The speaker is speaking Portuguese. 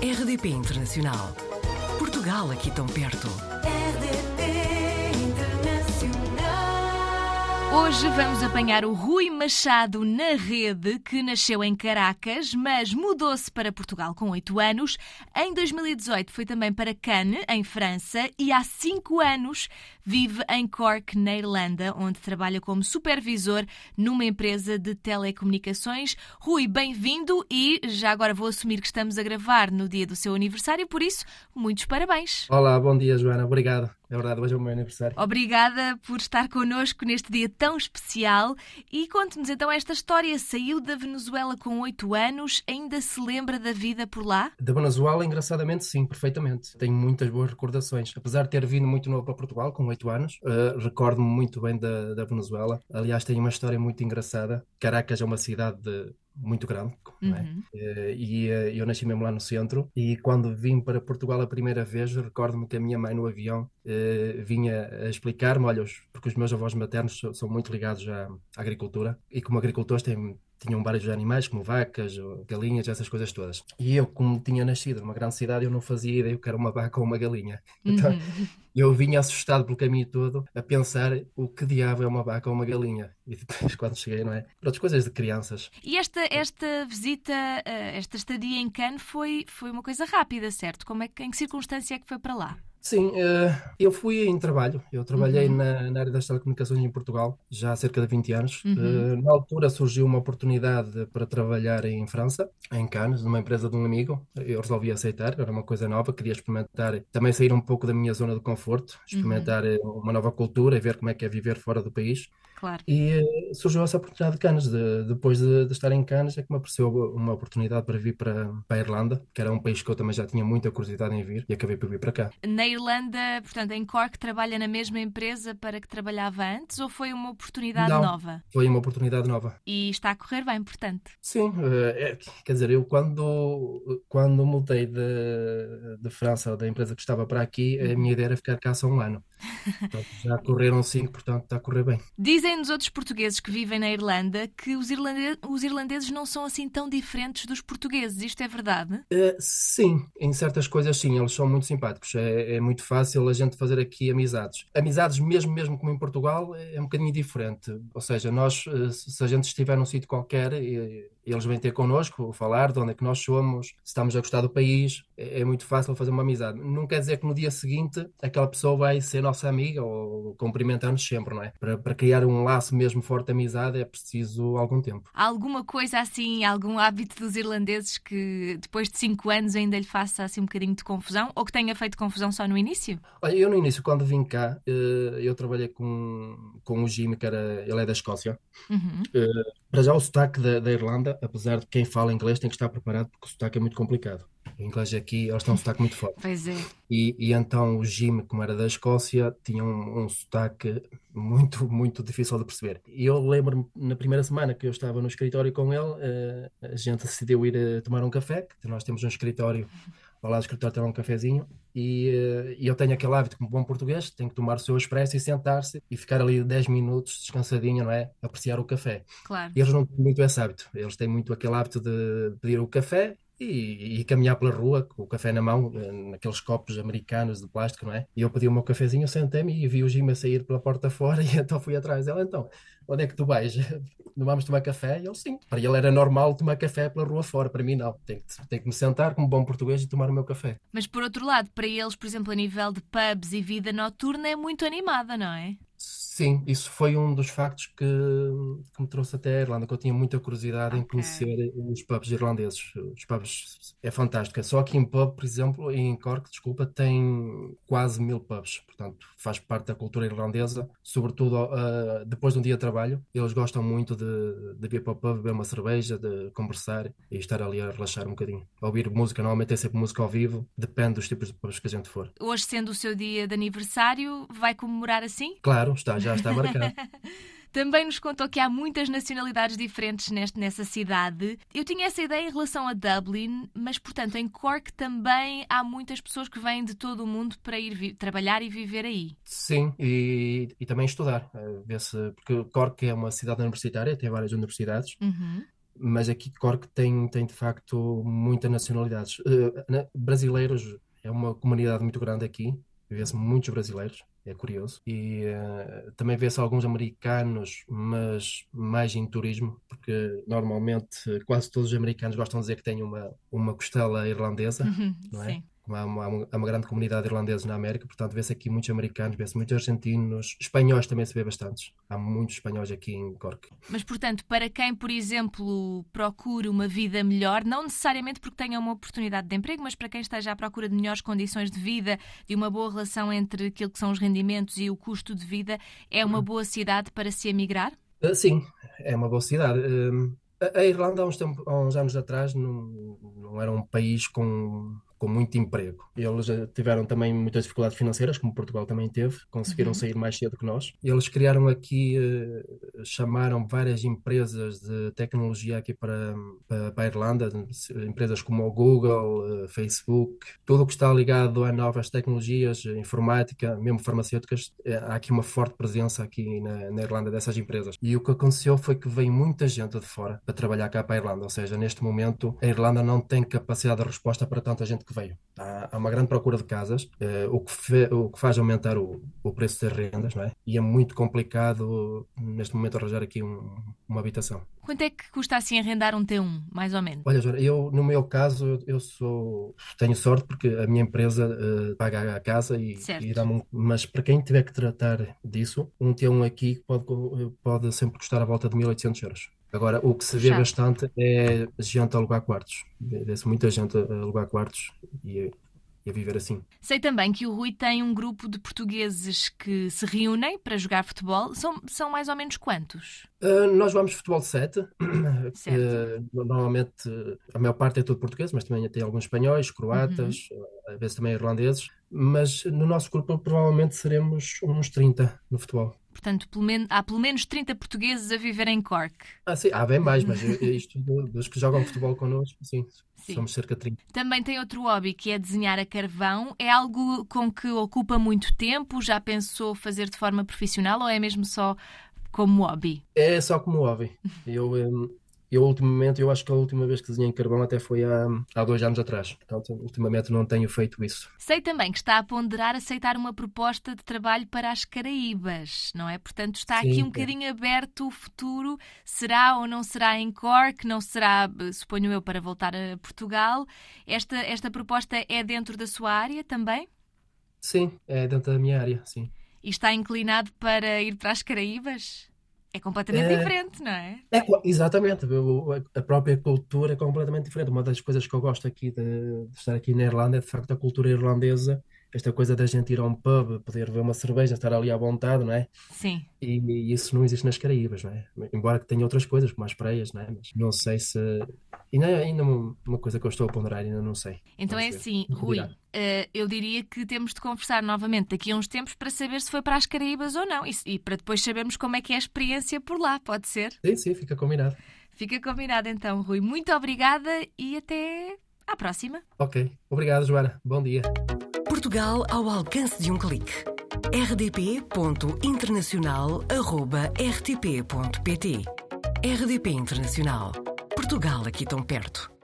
RDP Internacional. Portugal aqui tão perto. RDP Internacional. Hoje vamos apanhar o Rui Machado na rede, que nasceu em Caracas, mas mudou-se para Portugal com 8 anos. Em 2018 foi também para Cannes, em França, e há 5 anos vive em Cork, na Irlanda, onde trabalha como supervisor numa empresa de telecomunicações. Rui, bem-vindo, e já agora vou assumir que estamos a gravar no dia do seu aniversário, por isso, muitos parabéns. Olá, bom dia, Joana. Obrigado. É verdade, hoje é o meu aniversário. Obrigada por estar connosco neste dia tão especial. E conte-nos então esta história. Saiu da Venezuela com 8 anos, ainda se lembra da vida por lá? Da Venezuela, engraçadamente, sim, perfeitamente. Tenho muitas boas recordações. Apesar de ter vindo muito novo para Portugal, com 8 anos, recordo-me muito bem da Venezuela. Aliás, tenho uma história muito engraçada. Caracas é uma cidade muito grande, não é? Eu nasci mesmo lá no centro, e quando vim para Portugal a primeira vez, recordo-me que a minha mãe no avião vinha a explicar-me, olha, porque os meus avós maternos são muito ligados à agricultura, e como agricultores tinham vários animais, como vacas, ou galinhas, essas coisas todas. E eu, como tinha nascido numa grande cidade, eu não fazia ideia o que era uma vaca ou uma galinha. Então, eu vinha assustado pelo caminho todo a pensar o que diabo é uma vaca ou uma galinha. E depois, quando cheguei, não é? Outras coisas de crianças. E esta visita, esta estadia em Cannes foi uma coisa rápida, certo? Em que circunstância é que foi para lá? Sim, eu fui em trabalho. Eu trabalhei na área das telecomunicações em Portugal já há cerca de 20 anos. Na altura surgiu uma oportunidade para trabalhar em França, em Cannes, numa empresa de um amigo. Eu resolvi aceitar, era uma coisa nova, queria experimentar, também sair um pouco da minha zona de conforto, experimentar uma nova cultura e ver como é que é viver fora do país. Claro. E surgiu essa oportunidade de Cannes. Depois de estar em Cannes, é que me apareceu uma oportunidade para vir para a Irlanda, que era um país que eu também já tinha muita curiosidade em vir, e acabei por vir para cá. Na Irlanda, portanto, em Cork, trabalha na mesma empresa para que trabalhava antes, ou foi uma oportunidade Não, nova? foi uma oportunidade nova. E está a correr bem, portanto. Sim, quer dizer, eu quando mudei de França, da empresa que estava para aqui, a minha ideia era ficar cá só um ano. Portanto, já correram 5, portanto está a correr bem. Dizem-nos outros portugueses que vivem na Irlanda que os irlandeses não são assim tão diferentes dos portugueses. Isto é verdade? Sim, em certas coisas sim, eles são muito simpáticos. É muito fácil a gente fazer aqui amizades. Amizades mesmo como em Portugal, é um bocadinho diferente. Ou seja, nós, se a gente estiver num sítio qualquer, eles vêm ter connosco, falar de onde é que nós somos, se estamos a gostar do país, é muito fácil fazer uma amizade. Não quer dizer que no dia seguinte aquela pessoa vai ser nossa amiga ou cumprimentar-nos sempre, não é? Para criar um laço mesmo forte de amizade é preciso algum tempo. Há alguma coisa assim, algum hábito dos irlandeses que depois de 5 anos ainda lhe faça assim um bocadinho de confusão, ou que tenha feito confusão só no início? Olha, eu no início, quando vim cá, eu trabalhei com o Jimmy, ele é da Escócia. Eh, Para já o sotaque da Irlanda, apesar de quem fala inglês tem que estar preparado, porque o sotaque é muito complicado. O inglês aqui, eles têm um sotaque muito forte. Pois é. E então o Jimmy, como era da Escócia, tinha um sotaque muito difícil de perceber. E eu lembro-me, na primeira semana que eu estava no escritório com ele, a gente decidiu ir tomar um café, que nós temos um escritório, ao lado do escritório tem um cafezinho, e eu tenho aquele hábito, como bom português, tenho que tomar o seu expresso e sentar-se e ficar ali 10 minutos descansadinho, não é? Apreciar o café. Claro. E eles não têm muito esse hábito, eles têm muito aquele hábito de pedir o café e caminhar pela rua com o café na mão, naqueles copos americanos de plástico, não é? E eu pedi o meu cafezinho, sentei-me e vi o Jim a sair pela porta fora e então fui atrás dela. Então, onde é que tu vais? Não vamos tomar café? E ele, sim. Para ele era normal tomar café pela rua fora, para mim não. Tenho que me sentar como bom português e tomar o meu café. Mas por outro lado, para eles, por exemplo, a nível de pubs e vida noturna, é muito animada, não é? Sim, isso foi um dos factos que me trouxe até a Irlanda, que eu tinha muita curiosidade em Ok. conhecer os pubs irlandeses. Os pubs é fantástico. Só aqui em pub, por exemplo, em Cork, desculpa, tem quase 1000 pubs. Portanto, faz parte da cultura irlandesa. Sobretudo depois de um dia de trabalho, eles gostam muito de vir para o pub, beber uma cerveja, de conversar e estar ali a relaxar um bocadinho. A ouvir música, normalmente é sempre música ao vivo, depende dos tipos de pubs que a gente for. Hoje, sendo o seu dia de aniversário, vai comemorar assim? Claro, já está marcado. Também nos contou que há muitas nacionalidades diferentes nessa cidade. Eu tinha essa ideia em relação a Dublin, mas, portanto, em Cork também há muitas pessoas que vêm de todo o mundo para ir trabalhar e viver aí. Sim, e também estudar. Porque Cork é uma cidade universitária, tem várias universidades, mas aqui Cork tem de facto muitas nacionalidades. Brasileiros, é uma comunidade muito grande aqui, vê-se muitos brasileiros, é curioso. E também vê-se alguns americanos, mas mais em turismo, porque normalmente quase todos os americanos gostam de dizer que têm uma costela irlandesa, não é? Sim. Há uma grande comunidade irlandesa na América, portanto vê-se aqui muitos americanos, vê-se muitos argentinos, espanhóis também se vê bastantes. Há muitos espanhóis aqui em Cork. Mas, portanto, para quem, por exemplo, procure uma vida melhor, não necessariamente porque tenha uma oportunidade de emprego, mas para quem esteja à procura de melhores condições de vida, de uma boa relação entre aquilo que são os rendimentos e o custo de vida, é uma boa cidade para se emigrar? Sim, é uma boa cidade. A Irlanda, há uns anos atrás, não era um país com muito emprego. Eles tiveram também muitas dificuldades financeiras, como Portugal também teve, conseguiram sair mais cedo que nós. Eles criaram aqui, chamaram várias empresas de tecnologia aqui para a Irlanda, empresas como o Google, Facebook, tudo o que está ligado a novas tecnologias, informática, mesmo farmacêuticas. Há aqui uma forte presença aqui na Irlanda dessas empresas. E o que aconteceu foi que veio muita gente de fora para trabalhar cá para a Irlanda, ou seja, neste momento a Irlanda não tem capacidade de resposta para tanta gente que veio. Há uma grande procura de casas, o que faz aumentar o preço das rendas, não é? E é muito complicado neste momento arranjar aqui uma habitação. Quanto é que custa assim arrendar um T1, mais ou menos? Olha, Joana, no meu caso, tenho sorte porque a minha empresa paga a casa e dá-me mas para quem tiver que tratar disso, um T1 aqui pode sempre custar à volta de 1.800 euros. Agora, o que se vê bastante é gente a alugar quartos. Vê-se muita gente a alugar quartos e a viver assim. Sei também que o Rui tem um grupo de portugueses que se reúnem para jogar futebol. São mais ou menos quantos? Nós vamos futebol de 7. Certo. Normalmente a maior parte é tudo português, mas também tem alguns espanhóis, croatas, às vezes também irlandeses. Mas no nosso grupo provavelmente seremos uns 30 no futebol. Portanto, há pelo menos 30 portugueses a viver em Cork. Sim, há bem mais, mas isto dos que jogam futebol connosco, sim, somos cerca de 30. Também tem outro hobby que é desenhar a carvão. É algo com que ocupa muito tempo? Já pensou fazer de forma profissional ou é mesmo só como hobby? É só como hobby. Eu ultimamente, eu acho que a última vez que desenhei em carvão até foi há 2 anos atrás. Portanto, ultimamente não tenho feito isso. Sei também que está a ponderar aceitar uma proposta de trabalho para as Caraíbas, não é? Portanto, está aqui um bocadinho aberto o futuro. Será ou não será em Cork? Não será, suponho eu, para voltar a Portugal. Esta proposta é dentro da sua área também? Sim, é dentro da minha área, sim. E está inclinado para ir para as Caraíbas? É completamente diferente, não é? Exatamente, a própria cultura é completamente diferente. Uma das coisas que eu gosto aqui de estar aqui na Irlanda é de facto a cultura irlandesa, esta coisa da gente ir a um pub, poder ver uma cerveja, estar ali à vontade, não é? Sim. E isso não existe nas Caraíbas, não é? Embora que tenha outras coisas, como as praias, não é? Mas não sei se... Ainda uma coisa que eu estou a ponderar, ainda não sei. Então é assim, Rui, eu diria que temos de conversar novamente daqui a uns tempos para saber se foi para as Caraíbas ou não e para depois sabermos como é que é a experiência por lá, pode ser? Sim, fica combinado. Fica combinado então, Rui. Muito obrigada e até à próxima. Ok, obrigado, Joana. Bom dia. Portugal ao alcance de um clique. rdp.internacional@rtp.pt. RDP Internacional. Portugal aqui tão perto.